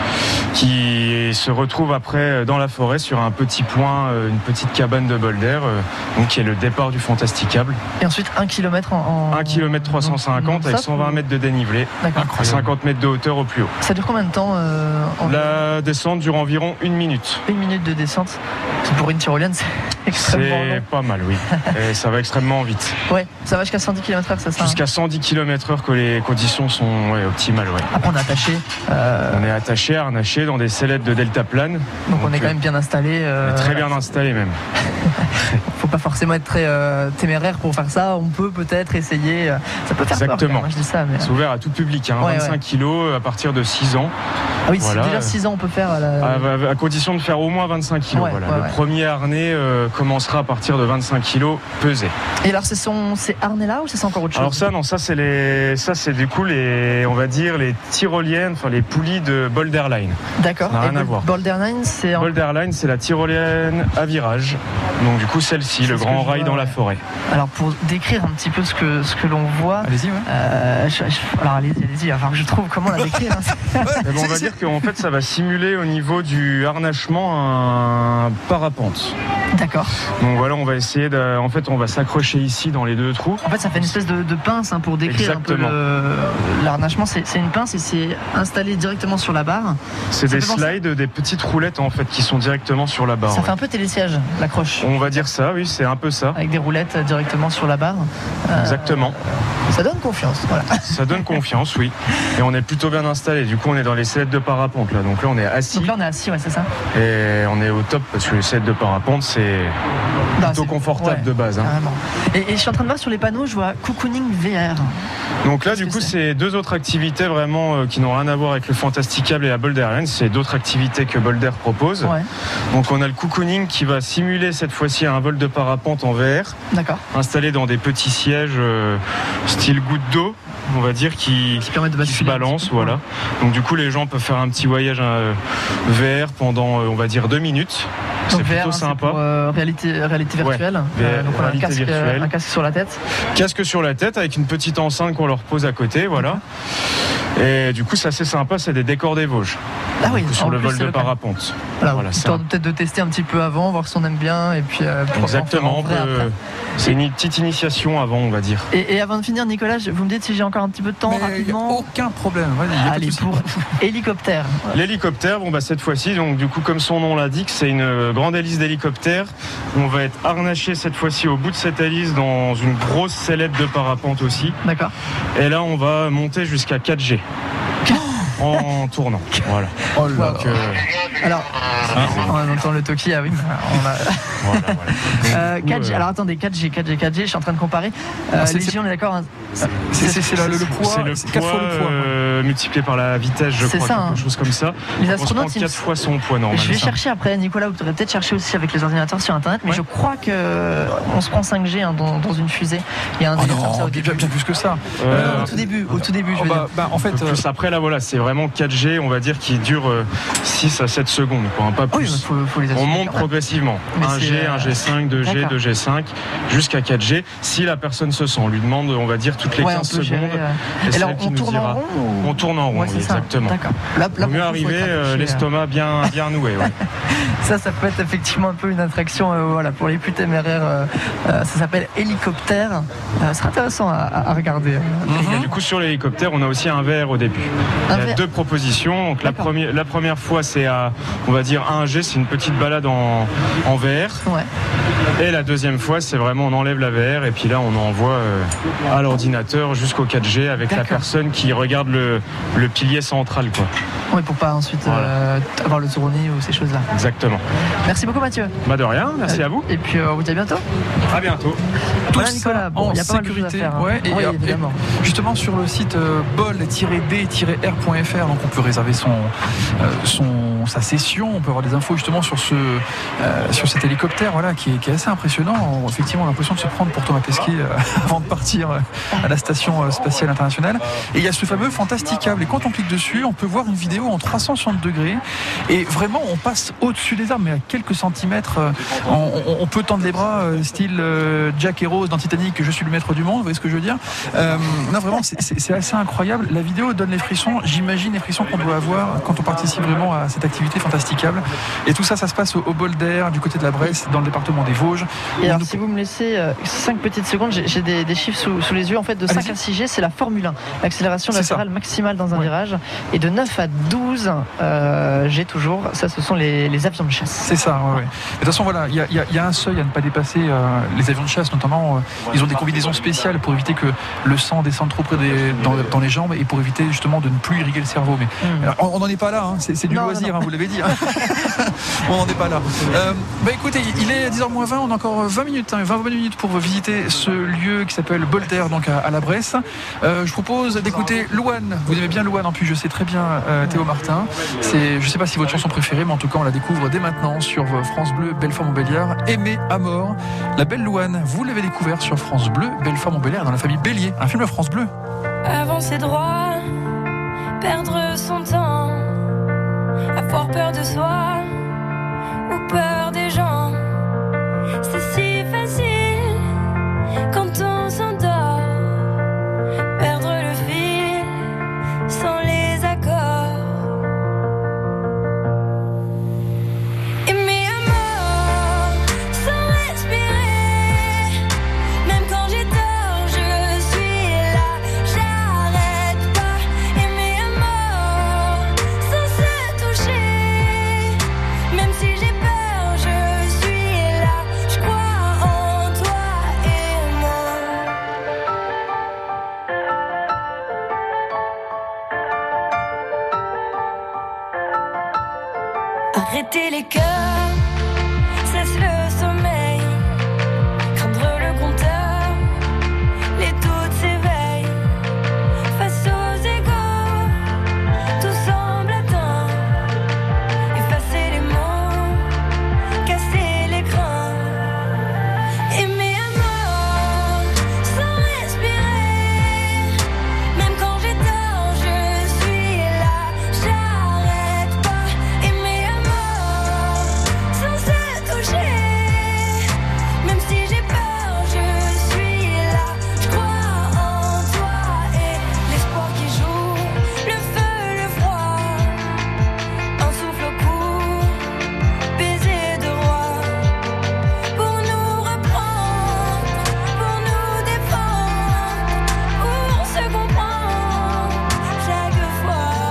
qui se retrouvent après dans la forêt sur un petit point, une petite cabane de boulder, donc qui est le départ du Fantasticable. Et ensuite un kilomètre en... un kilomètre trois cent cinquante avec cent vingt mètres de dénivelé, à cinquante mètres de hauteur au plus haut. Ça dure combien de temps euh, en... La descente dure environ une minute. Une minute de descente. Pour une tyrolienne, c'est extrêmement long. C'est pas mal, oui. Et ça va extrêmement vite. Ouais, ça va jusqu'à cent dix kilomètres heure, c'est ça? Jusqu'à cent dix kilomètres heure que les conditions sont ouais, optimales. Ouais. Après, on est attaché. Euh... On est attaché, harnaché dans des sellettes de deltaplane. Donc, donc on est quand même bien installé. Euh... Très bien installé même. Faut pas forcément être très euh, téméraire pour faire ça. On peut peut-être essayer. Ça peut faire Exactement. peur. Moi, je dis ça, mais... C'est ouvert à tout public. Hein, ouais, vingt-cinq ouais. kilos à partir de six ans. Ah oui, voilà. déjà six ans, on peut faire. À, la... à, à condition de faire au moins vingt-cinq kilos. Ouais, voilà. ouais, le ouais. premier harnais euh, commencera à partir de vingt-cinq kilos pesés. Et alors, c'est son, ces harnais-là ou c'est encore autre chose? Alors ça, non, ça c'est les, ça c'est du coup les, on va dire les tyroliennes, enfin les poulies de Boulderline. D'accord. Ça n'a rien et à voir. Boulderline, c'est en... Boulderline, c'est la tyrolienne à virage. Donc du coup celle-ci, c'est le grand rail vois, dans ouais. la forêt. Alors pour décrire un petit peu ce que ce que l'on voit. Allez-y. Ouais. Euh, je, je, alors allez-y, allez-y. Enfin que je trouve comment la décrire. Hein. Mais bon, on va dire qu'en fait ça va simuler au niveau du harnachement un parapente. D'accord. Donc voilà, on va essayer de, en fait on va s'accrocher ici dans les deux trous. En fait ça fait une espèce de, de pince hein, pour décrire Exactement. un peu le, l'harnachement. C'est, c'est une pince et c'est installé directement sur la barre. C'est ça des slides, penser... des petites roulettes en fait qui sont directement sur la barre. Ça ouais. fait un peu télésiège, l'accroche. On va dire ça, oui, c'est un peu ça. Avec des roulettes directement sur la barre. Euh, Exactement. Ça donne confiance, voilà. Ça donne confiance, oui. Et on est plutôt bien installé. Du coup, on est dans les sellettes de parapente là. Donc là, on est assis. Donc là, on est assis, ouais, c'est ça. Et on est au top parce que les sellettes de parapente, c'est non, plutôt c'est... confortable ouais, de base. Hein. Et, et je suis en train de voir sur les panneaux, je vois cocooning V R. Donc là, Qu'est-ce du coup, c'est, c'est deux autres activités vraiment euh, qui n'ont rien à voir avec le Fantasticable et la Boulderline. C'est d'autres activités que Boulder propose. Ouais. Donc on a le cocooning qui va simuler cette fois-ci un vol de parapente en V R. D'accord. Installé dans des petits sièges euh, style goutte d'eau, on va dire, qui, qui, permet de qui se balancent. Voilà. Donc du coup, les gens peuvent faire un petit voyage euh, V R pendant, euh, on va dire, deux minutes. Donc c'est V R, plutôt hein, sympa. C'est pour, euh, réalité, réalité virtuelle. Ouais. Euh, donc on a un casque, virtuelle. un casque sur la tête. Casque sur la tête avec une petite enceinte qu'on leur pose à côté, voilà. Et du coup, c'est assez sympa, c'est des décors des Vosges. Ah oui, coup, sur le plus, vol de le parapente. Voilà, voilà histoire peut-être de tester un petit peu avant, voir si on aime bien et puis. Euh, Exactement. Vrai peut... C'est une petite initiation avant, on va dire. Et, et avant de finir, Nicolas, vous me dites si j'ai encore un petit peu de temps. Mais rapidement. Aucun problème. Vas-y, allez, pour hélicoptère. L'hélicoptère, bon bah cette fois-ci, donc du coup comme son nom l'indique, c'est une grande hélice d'hélicoptère. On va être harnaché cette fois-ci au bout de cette hélice dans une grosse sellette de parapente aussi. D'accord. Et là, on va monter jusqu'à quatre G. En tournant, voilà. Oh là Donc, euh... Alors, hein, on entend le Toki, ah oui. On a... voilà, voilà. Euh, quatre G, alors attendez, quatre G, quatre G, quatre G, je suis en train de comparer. Euh, ah, c'est, Légion, on est d'accord. Hein, c'est, c'est, c'est, c'est le, le poids, c'est le c'est poids, quatre fois le poids. Euh, multiplié par la vitesse, je c'est crois, ça, quelque hein. chose comme ça. Les astronautes, quatre fois son poids normal. Je vais ça. chercher après, Nicolas, vous pourrez peut-être chercher aussi avec les ordinateurs sur Internet, mais ouais. je crois qu'on se prend cinq G hein, dans, dans une fusée. Il y a un oh délire non, comme ça au début. Bien plus que ça. Euh, euh, au tout début, au tout début, je oh veux bah, dire. Bah, en fait, euh... plus après là, voilà, c'est vraiment quatre G, on va dire, qui dure euh, six à sept secondes, quoi, hein, pas plus. Oui, faut, faut les on monte progressivement. Mais un G, euh... un G cinq, deux G, D'accord. deux G cinq, jusqu'à quatre G. Si la personne se sent, on lui demande, on va dire, toutes les ouais, quinze secondes. Gérer, euh... Et, et là, on tourne dira... en rond ou... On tourne en rond, ouais, oui, exactement. D'accord. Là, là, pour mieux arriver, euh, l'estomac bien, bien noué. Ouais. Ça, ça peut être effectivement un peu une attraction euh, voilà, pour les plus téméraires. Euh, euh, ça s'appelle hélicoptère. Euh, ce sera intéressant à, à regarder. Mm-hmm. Et du coup, sur l'hélicoptère, on a aussi un V R au début. Un Il y a V R. Deux propositions. Donc, la, première, la première fois, c'est à, on va dire, un G, c'est une petite balade en, en V R. Ouais. Et la deuxième fois, c'est vraiment, on enlève la V R et puis là, on envoie euh, à l'ordinateur jusqu'au quatre G avec D'accord. la personne qui regarde le, le pilier central, quoi. Oui, pour pas ensuite voilà. euh, avoir le tournis ou ces choses-là. exactement. Merci beaucoup Mathieu. Bah de rien, merci à vous. Et puis euh, on vous dit à bientôt. À bientôt. Voilà Nicolas, bon, en il y a pas mal de choses à sécurité. faire, hein. Ouais, et, oui, et, évidemment. et justement sur le site euh, bol tiret b tiret r point f r, donc on peut réserver son, euh, son, sa session, on peut avoir des infos justement sur, ce, euh, sur cet hélicoptère voilà, qui, est, qui est assez impressionnant. On, effectivement, on a l'impression de se prendre pour Thomas Pesquet euh, avant de partir euh, à la station euh, spatiale internationale. Et il y a ce fameux Fantasticable. Et quand on clique dessus, on peut voir une vidéo en trois cent soixante degrés. Et vraiment, on passe au-dessus des arbres, mais à quelques centimètres. Euh, on, on, on peut tendre les bras, euh, style euh, Jack et Rose dans Titanic, je suis le maître du monde. Vous voyez ce que je veux dire? euh, Non, vraiment, c'est, c'est, c'est assez incroyable. La vidéo donne les frissons. J'imagine les frissons qu'on doit avoir quand on participe vraiment à cette activité Fantasticable. Et tout ça, ça se passe au, au bol d'air, du côté de la Bresse, dans le département des Vosges. Et alors, nous... si vous me laissez euh, cinq petites secondes, j'ai, j'ai des, des chiffres sous, sous les yeux. En fait, de cinq Allez-y. à six G, c'est la Formule un. L'accélération latérale maximale dans un ouais. virage. Et de neuf à douze euh, G toujours, ça, ce sont les, les avions de chasse. C'est ça, ouais, ouais. De toute façon, voilà, il y, y, y a un seuil à ne pas dépasser. Euh, les avions de chasse, notamment, euh, ils ont des combinaisons spéciales pour éviter que le sang descende trop près des, dans, dans les jambes et pour éviter justement de ne plus irriguer le cerveau. Mais mmh. alors, on n'en est pas là, hein. c'est, c'est du non, loisir, non, non. Hein, vous l'avez dit. Hein. On n'en est pas là. Euh, bah écoutez, il est dix heures moins vingt, on a encore vingt minutes, hein, vingt minutes pour visiter ce lieu qui s'appelle Bol d'Air, donc à, à la Bresse. Euh, je propose d'écouter Louane. Vous aimez bien Louane, en plus je sais très bien euh, Théo Martin. C'est, je ne sais pas si votre chanson préférée, mais en tout cas on la découvre dès maintenant sur France Bleu Belfort-Montbéliard. Aimé à mort, la belle Louane. Vous l'avez découvert sur France Bleu Belfort-Montbéliard dans la famille Bélier, un film France Bleu. Avancer droit, perdre son temps, avoir peur de soi ou peur des gens. C'est si facile quand on s'endort, perdre le fil sans les accords. Aimer à mort sans respirer, même quand j'ai tort, je suis là, j'arrête pas. Aimer à mort sans se toucher, même si j'ai peur, je suis là, je crois en toi et moi. Arrêter les cœurs, cesse le sommeil, craindre le compteur, les doutes s'éveillent, face aux égaux, tout semble atteint, effacer les mots, casser l'écran, aimer à mort, sans respirer, même quand j'ai tort, je suis là, j'arrête pas, aimer à mort, sans se toucher, même si j'ai peur, je suis là, je crois en toi et l'espoir qui joue, le feu, le froid, un souffle court, baiser de roi, pour nous reprendre, pour nous défendre, pour se comprendre chaque fois.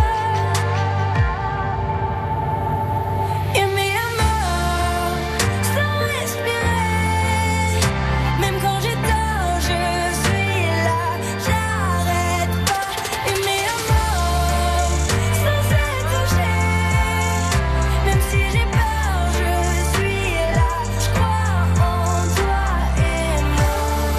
Aimer à mort, sans respirer, même quand j'ai tort, je suis là, j'arrête pas. Aimer à mort, sans se toucher, même si j'ai peur, je suis là, je crois en toi et moi.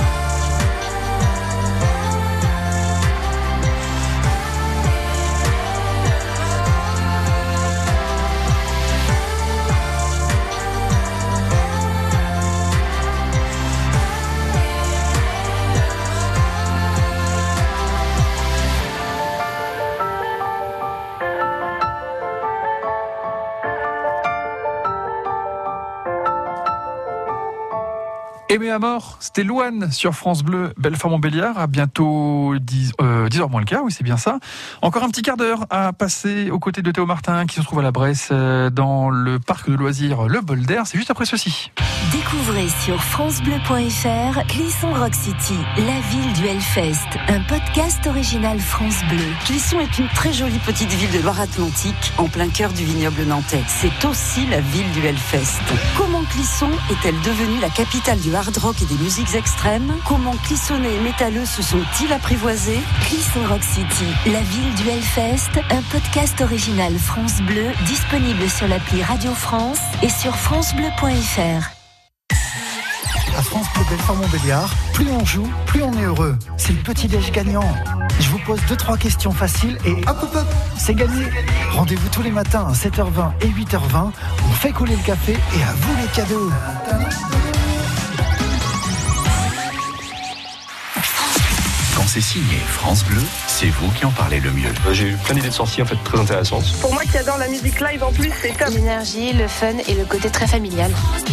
Aimé à mort, c'était Louane sur France Bleu Belfort-Montbéliard. À bientôt dix, euh, dix heures moins le quart, oui c'est bien ça. Encore un petit quart d'heure à passer aux côtés de Théo Martin qui se trouve à la Bresse euh, dans le parc de loisirs Le Bol d'Air. C'est juste après ceci. Découvrez Découvrez sur francebleu point fr Clisson Rock City, la ville du Hellfest, un podcast original France Bleu. Clisson est une très jolie petite ville de Loire-Atlantique, en plein cœur du vignoble nantais. C'est aussi la ville du Hellfest. Comment Clisson est-elle devenue la capitale du hard rock et des musiques extrêmes? Comment Clissonnais et métalleux se sont-ils apprivoisés? Clisson Rock City, la ville du Hellfest, un podcast original France Bleu, disponible sur l'appli Radio France et sur francebleu point fr. À France Bleu Belfort-Montbéliard, plus on joue, plus on est heureux. C'est le petit déj gagnant. Je vous pose deux trois questions faciles et hop hop hop, c'est gagné. Rendez-vous tous les matins à sept heures vingt et huit heures vingt. On fait couler le café et à vous les cadeaux. Quand c'est signé France Bleu, c'est vous qui en parlez le mieux. J'ai eu plein d'idées de sorties en fait très intéressantes. Pour moi qui adore la musique live en plus, c'est top. L'énergie, le fun et le côté très familial.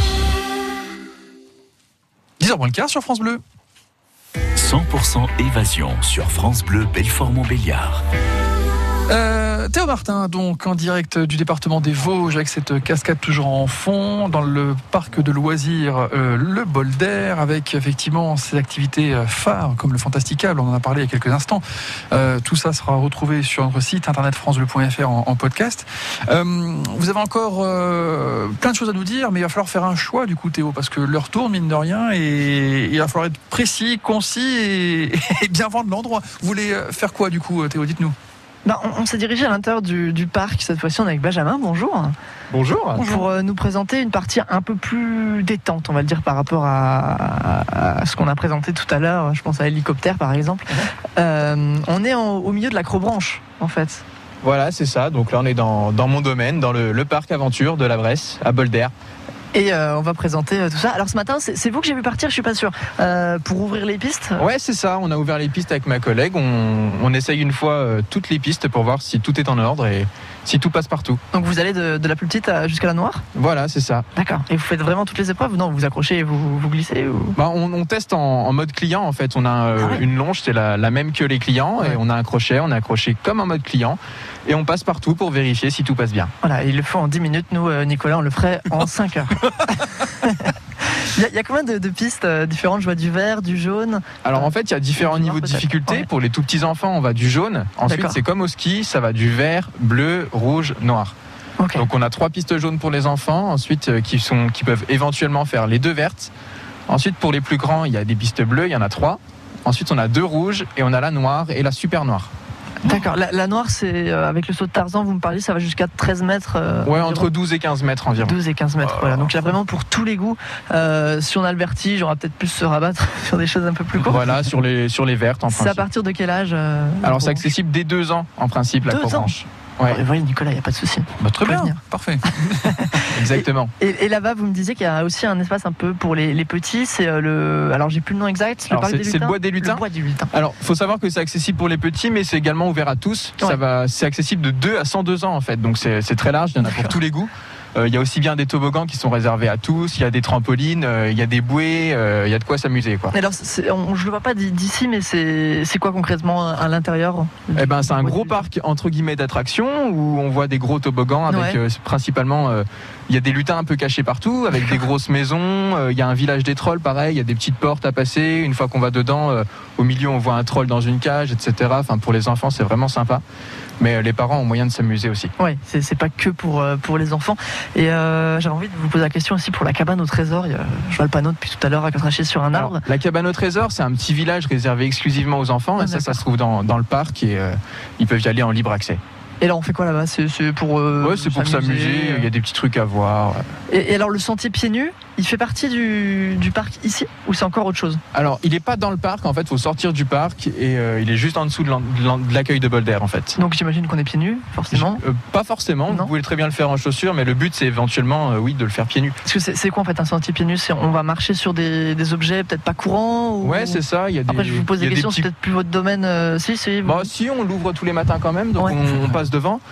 dix heures moins le quart sur France Bleu. cent pour cent évasion sur France Bleu Belfort-Montbéliard. Euh, Théo Martin, donc en direct du département des Vosges, avec cette cascade toujours en fond, dans le parc de loisirs euh, Le Bol d'Air, avec effectivement ces activités phares comme le Fantasticable, on en a parlé il y a quelques instants. Euh, tout ça sera retrouvé sur notre site internet francebleu point fr en, en podcast. Euh, vous avez encore euh, plein de choses à nous dire, mais il va falloir faire un choix du coup, Théo, parce que l'heure tourne mine de rien et il va falloir être précis, concis et, et bien vendre l'endroit. Vous voulez faire quoi du coup, Théo, dites-nous? Ben, on, on s'est dirigé à l'intérieur du, du parc. Cette fois-ci, on est avec Benjamin. Bonjour. Bonjour. Pour euh, nous présenter une partie un peu plus détente, on va le dire, par rapport à, à, à ce qu'on a présenté tout à l'heure. Je pense à l'hélicoptère, par exemple. Euh, on est en, au milieu de l'Acrobranche, en fait. Voilà, c'est ça. Donc là, on est dans, dans mon domaine, dans le, le parc aventure de la Bresse, à Bol d'Air. Et euh, on va présenter euh, tout ça. Alors ce matin, c'est, c'est vous que j'ai vu partir, je suis pas sûr, euh, pour ouvrir les pistes. Ouais, c'est ça. On a ouvert les pistes avec ma collègue. On, on essaye une fois euh, toutes les pistes pour voir si tout est en ordre et si tout passe partout. Donc vous allez de, de la plus petite à, jusqu'à la noire? Voilà, c'est ça. D'accord. Et vous faites vraiment toutes les épreuves? Non, vous vous accrochez et vous, vous glissez ou... bah, on, on teste en, en mode client en fait. On a euh, ah ouais. une longe, c'est la, la même que les clients, ouais. Et on a un crochet, on est accroché comme en mode client. Et on passe partout pour vérifier si tout passe bien. Voilà, il le faut en dix minutes. Nous, euh, Nicolas, on le ferait en cinq heures. Il y, y a combien de, de pistes euh, différentes? Je vois du vert, du jaune. Alors en fait, il y a différents niveaux de difficulté. Ouais. Pour les tout petits enfants, on va du jaune. Ensuite, D'accord. c'est comme au ski, ça va du vert, bleu, rouge, noir. Okay. Donc on a trois pistes jaunes pour les enfants. Ensuite, euh, qui, sont, qui peuvent éventuellement faire les deux vertes. Ensuite, pour les plus grands, il y a des pistes bleues, il y en a trois. Ensuite, on a deux rouges et on a la noire et la super noire. D'accord, la, la noire, c'est euh, avec le saut de Tarzan, vous me parliez, ça va jusqu'à treize mètres. Euh, ouais, environ. Entre douze et quinze mètres environ. douze et quinze mètres, oh. Voilà. Donc il y a vraiment pour tous les goûts. Euh, si on a le vertige, on va peut-être plus se rabattre sur des choses un peu plus courtes. Voilà, sur les, sur les vertes en principe. C'est à partir de quel âge euh, Alors c'est accessible dès deux ans en principe, la Acrobranche. Ouais. Vous voyez, Nicolas, il n'y a pas de souci. Bah, très bien, parfait. Exactement. Et, et là-bas, vous me disiez qu'il y a aussi un espace un peu pour les, les petits. C'est euh, le. Alors, j'ai plus le nom exact. Alors, le c'est, c'est le bois des lutins. Le bois des lutins. Alors, il faut savoir que c'est accessible pour les petits, mais c'est également ouvert à tous. Ouais. Ça va, c'est accessible de deux à cent deux ans en fait. Donc, c'est, c'est très large. Il y en a D'accord. pour tous les goûts. Il euh, y a aussi bien des toboggans qui sont réservés à tous, il y a des trampolines, il euh, y a des bouées, il euh, y a de quoi s'amuser. Quoi. Alors, c'est, on, je ne le vois pas d'ici, mais c'est, c'est quoi concrètement à l'intérieur? Eh ben, c'est un gros parc entre guillemets d'attractions où on voit des gros toboggans avec ouais. euh, principalement... Euh, il y a des lutins un peu cachés partout, avec des grosses maisons. Il euh, y a un village des trolls, pareil. Il y a des petites portes à passer. Une fois qu'on va dedans, euh, au milieu, on voit un troll dans une cage, et cetera. Enfin, pour les enfants, c'est vraiment sympa. Mais euh, les parents ont moyen de s'amuser aussi. Oui, c'est, c'est pas que pour, euh, pour les enfants. Et euh, j'avais envie de vous poser la question aussi pour la cabane au trésor. A, je vois le panneau depuis tout à l'heure accroché sur un arbre. Alors, la cabane au trésor, c'est un petit village réservé exclusivement aux enfants. Ah, et ça, ça se trouve dans, dans le parc et euh, ils peuvent y aller en libre accès. Et là, on fait quoi là-bas? C'est, c'est pour euh, Ouais, c'est pour s'amuser. s'amuser. Il y a des petits trucs à voir. Et, et alors, le sentier pieds nus, il fait partie du, du parc ici ou c'est encore autre chose? Alors, il n'est pas dans le parc. En fait, il faut sortir du parc et euh, il est juste en dessous de, de l'accueil de Bol d'Air, en fait. Donc, j'imagine qu'on est pieds nus, forcément. Je, euh, pas forcément. Non. Vous pouvez très bien le faire en chaussures, mais le but, c'est éventuellement, euh, oui, de le faire pieds nus. Parce que c'est, c'est quoi en fait un sentier pieds nus? C'est on va marcher sur des, des objets peut-être pas courants ou... Ouais, c'est ça. Il y a des, Après, je vous pose des questions. Des petits... C'est peut-être plus votre domaine. Euh, si, si. Vous... Bah, si, on l'ouvre tous les matins quand même, donc ouais, on, on passe devant.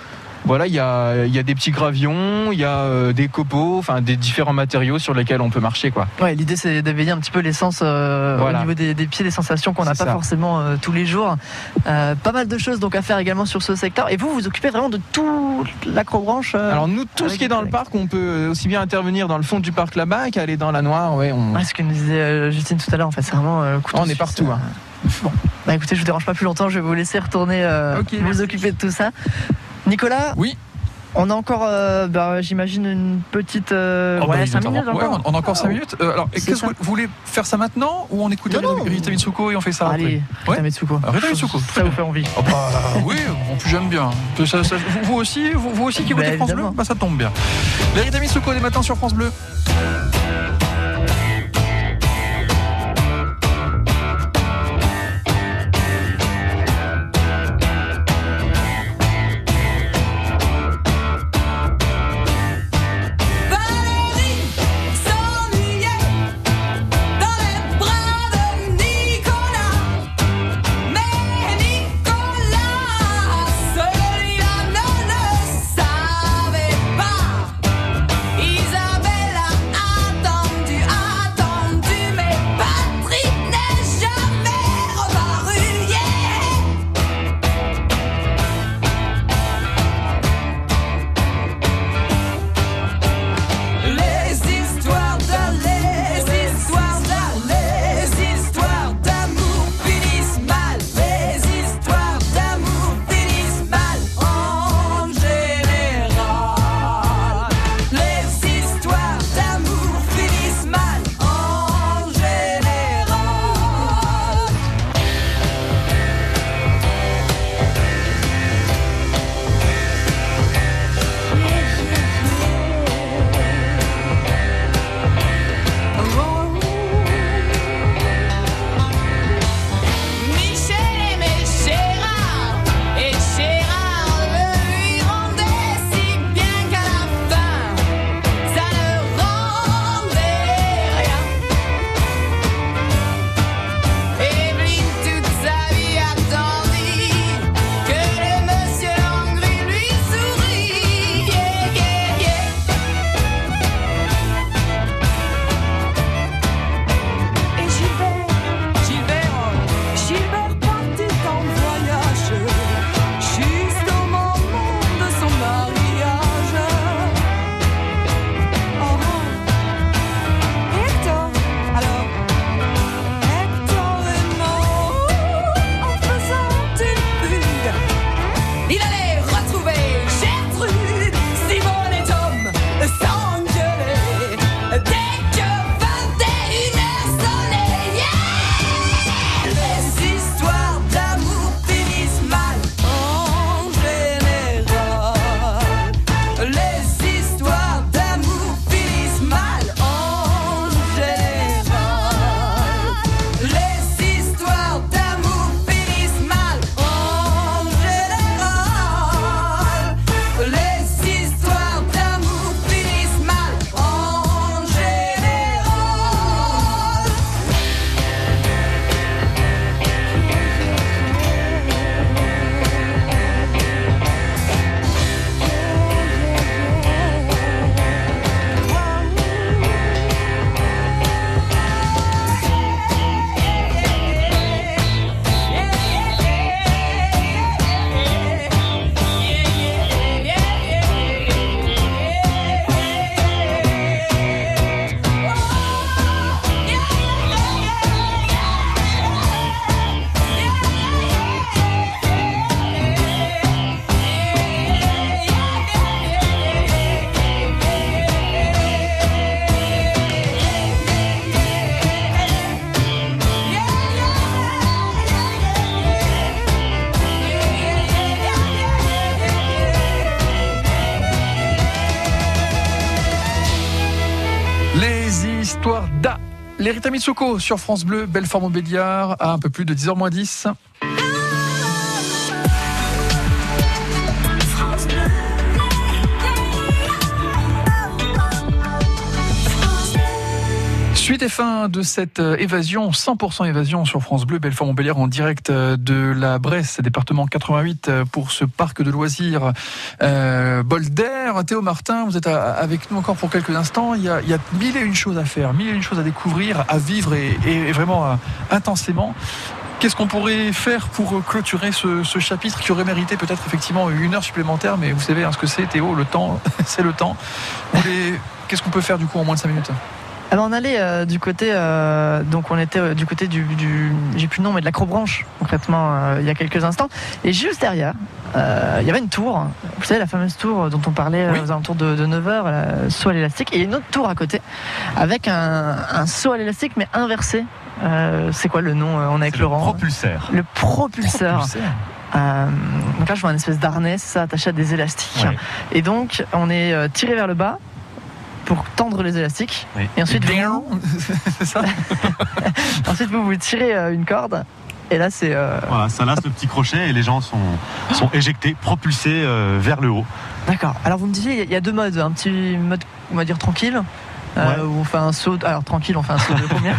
voilà, il y a, y a des petits gravillons, il y a euh, des copeaux, enfin des différents matériaux sur lesquels on peut marcher, quoi. Ouais, l'idée c'est d'éveiller un petit peu l'essence euh, voilà. au niveau des, des pieds, des sensations qu'on n'a pas ça. forcément euh, tous les jours. Euh, pas mal de choses donc à faire également sur ce secteur. Et vous, vous occupez vraiment de toute l'acrobranche euh, Alors nous, tout ce qui est dans le parc, on peut aussi bien intervenir dans le fond du parc là-bas qu'aller dans la Noire. Ouais, on... ouais, ce que nous disait euh, Justine tout à l'heure, en fait, c'est vraiment euh, couteau on est partout. Hein. Bon, bah écoutez, je vous dérange pas plus longtemps, je vais vous laisser retourner euh, okay, vous occuper de tout ça. Nicolas. Oui. On a encore, euh, bah, j'imagine, une petite. Euh, oh, bah, ouais, cinq minutes ouais, encore. on a encore cinq minutes. Euh, alors, qu'est-ce que vous voulez faire ça maintenant ou on écoute Rita Mitsuko et on fait ça Allez, après Rita Mitsuko. Ouais Rita Mitsuko. Ça vous fait envie oh, bah, oui, en plus j'aime bien. Ça, ça, vous, vous aussi, vous, vous aussi qui écoutez bah, France Bleu, bah, ça tombe bien. Les Rita Mitsuko des matins sur France Bleu. Histoire d'A. Les Rita Mitsuko sur France Bleu, Belfort-Montbéliard, à un peu plus de dix heures moins dix. Suite Suite et fin de cette évasion, cent pour cent évasion sur France Bleu, Belfort-Montbéliard en direct de la Bresse, département quatre-vingt-huit pour ce parc de loisirs euh, Bolder. Théo Martin, vous êtes avec nous encore pour quelques instants. Il y a, il y a mille et une choses à faire, mille et une choses à découvrir, à vivre et, et vraiment euh, intensément. Qu'est-ce qu'on pourrait faire pour clôturer ce, ce chapitre qui aurait mérité peut-être effectivement une heure supplémentaire, mais vous savez hein, ce que c'est, Théo, le temps, c'est le temps. Et qu'est-ce qu'on peut faire du coup en moins de cinq minutes ? Alors on allait euh, du côté, euh, donc on était euh, du côté du, du j'ai plus le nom, mais de l'Acrobranche concrètement euh, il y a quelques instants. Et juste derrière, euh, il y avait une tour. Vous savez la fameuse tour dont on parlait oui. euh, aux alentours de, de neuf heures, la saut à l'élastique. Et il y a une autre tour à côté avec un, un saut à l'élastique mais inversé. Euh, c'est quoi le nom On est avec c'est Laurent. Le propulseur. Le propulseur. propulseur. Euh, donc là je vois une espèce d'harnais, ça attaché à des élastiques. Oui. Et donc on est euh, tiré vers le bas pour tendre les élastiques oui. et ensuite vous... c'est ça ensuite vous vous tirez euh, une corde et là c'est euh... voilà, ça lasse le petit crochet et les gens sont, sont éjectés, propulsés euh, vers le haut. D'accord, alors vous me disiez il y a deux modes, un petit mode on va dire tranquille Euh, ouais. où on fait un saut, alors tranquille, on fait un saut de combien?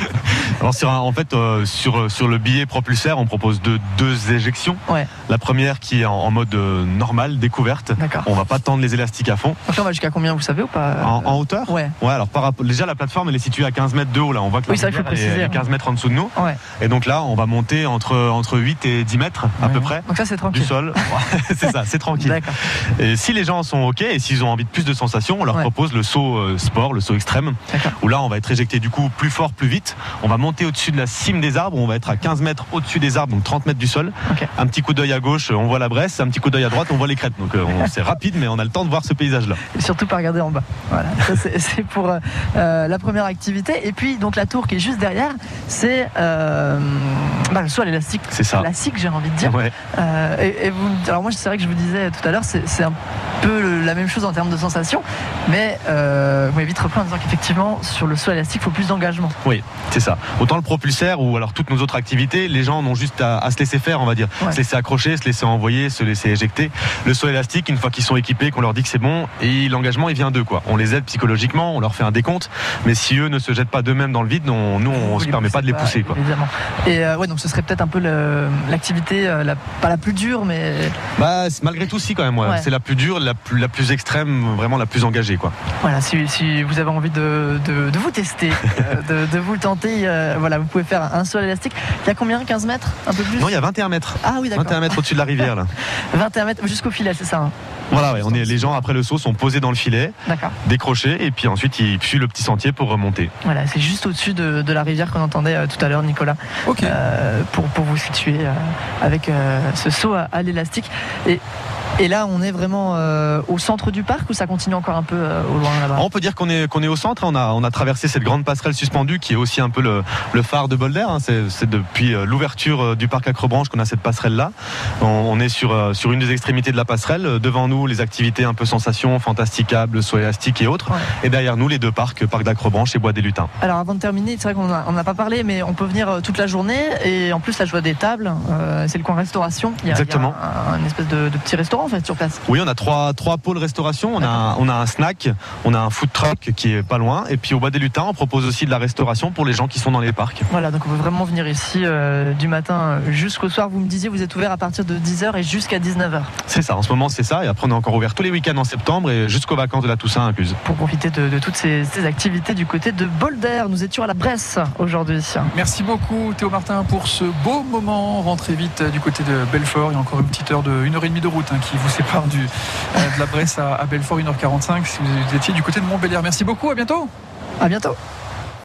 Alors sur un, en fait euh, sur sur le billet propulseur, on propose deux deux éjections. Ouais. La première qui est en, en mode euh, normal, découverte. D'accord. On va pas tendre les élastiques à fond. Donc là, on va jusqu'à combien, vous savez ou pas? En, en hauteur? Ouais. Ouais. Alors par rapport, déjà la plateforme elle est située à quinze mètres de haut là. On voit que oui, la rivière est, est quinze mètres en dessous de nous. Ouais. Et donc là, on va monter entre entre huit et dix mètres à ouais. peu près. Donc ça c'est tranquille. Du sol. C'est ça, c'est tranquille. D'accord. Et si les gens sont ok et s'ils ont envie de plus de sensations, on leur ouais. propose le saut euh, sport, le saut extrême. D'accord. Où là on va être éjecté du coup plus fort, plus vite. On va monter au-dessus de la cime des arbres, on va être à quinze mètres au-dessus des arbres, donc trente mètres du sol. Okay. Un petit coup d'œil à gauche, on voit la Bresse, un petit coup d'œil à droite, on voit les crêtes. Donc euh, on, c'est rapide, mais on a le temps de voir ce paysage-là. Et surtout pas regarder en bas. Voilà, ça c'est, c'est pour euh, la première activité. Et puis donc la tour qui est juste derrière, c'est euh, bah, le saut à l'élastique. C'est ça. Classique, j'ai envie de dire. Ouais. Euh, et, et vous, alors moi c'est vrai que je vous disais tout à l'heure, c'est, c'est un peu le, la même chose en termes de sensations, mais euh, vous m'avez vite repris en disant qu'effectivement sur le saut à l'élastique, il faut plus d'engagement. Oui, c'est ça. Autant le propulseur ou alors toutes nos autres activités, les gens n'ont juste à, à se laisser faire, on va dire. Ouais. Se laisser accrocher, se laisser envoyer, se laisser éjecter. Le saut élastique, une fois qu'ils sont équipés, qu'on leur dit que c'est bon, et l'engagement il vient d'eux quoi. On les aide psychologiquement, on leur fait un décompte, mais si eux ne se jettent pas d'eux-mêmes dans le vide, on, nous on ne se permet pas de les pousser pas, quoi. Évidemment. Et euh, ouais, donc ce serait peut-être un peu le, l'activité, euh, la, pas la plus dure, mais bah malgré tout si quand même. Ouais. Ouais. C'est la plus dure, la plus, la plus extrême, vraiment la plus engagée quoi. Voilà, si, si vous avez envie de, de, de vous tester, euh, de, de vous le tenter, euh, voilà, vous pouvez faire un saut à l'élastique. Il y a combien, quinze mètres, un peu plus? Non, il y a vingt et un mètres. Ah oui, d'accord. vingt et un mètres au-dessus de la rivière là. vingt et un mètres jusqu'au filet, c'est ça hein? Voilà, ouais, on est, les gens après le saut sont posés dans le filet, d'accord. décrochés, et puis ensuite ils suivent le petit sentier pour remonter. Voilà, c'est juste au-dessus de, de la rivière qu'on entendait euh, tout à l'heure, Nicolas. Ok. Euh, pour, pour vous situer euh, avec euh, ce saut à, à l'élastique. Et Et là, on est vraiment euh, au centre du parc ou ça continue encore un peu euh, au loin là-bas? On peut dire qu'on est, qu'on est au centre. On a, on a traversé cette grande passerelle suspendue qui est aussi un peu le, le phare de Bolder. Hein. C'est, c'est depuis l'ouverture du parc Acrobranche qu'on a cette passerelle-là. On, on est sur, sur une des extrémités de la passerelle. Devant nous, les activités un peu sensations, fantasticables, saut élastique et autres. Ouais. Et derrière nous, les deux parcs, parc d'Acrobranche et Bois des Lutins. Alors avant de terminer, c'est vrai qu'on n'a pas parlé, mais on peut venir toute la journée. Et en plus, là, je vois des tables. Euh, c'est le coin restauration. Il y a, exactement. Il y a un, un espèce de, de petit restaurant en fait sur place. Oui, on a trois, trois pôles restauration. On a, on a un snack, on a un food truck qui est pas loin. Et puis au Bois des Lutins, on propose aussi de la restauration pour les gens qui sont dans les parcs. Voilà, donc on peut vraiment venir ici euh, du matin jusqu'au soir. Vous me disiez, vous êtes ouvert à partir de dix heures et jusqu'à dix-neuf heures. C'est ça, en ce moment c'est ça. Et après on est encore ouvert tous les week-ends en septembre et jusqu'aux vacances de la Toussaint incluses. Pour profiter de, de toutes ces, ces activités du côté de Bolder. Nous étions à la Bresse aujourd'hui. Merci beaucoup Théo Martin pour ce beau moment. Rentrez vite du côté de Belfort. Il y a encore une petite heure de une heure et demie de route hein, qui vous sépare du, euh, de la Bresse à, à Belfort, une heure quarante-cinq si vous étiez du côté de Montbéliard. Merci beaucoup, à bientôt. À bientôt.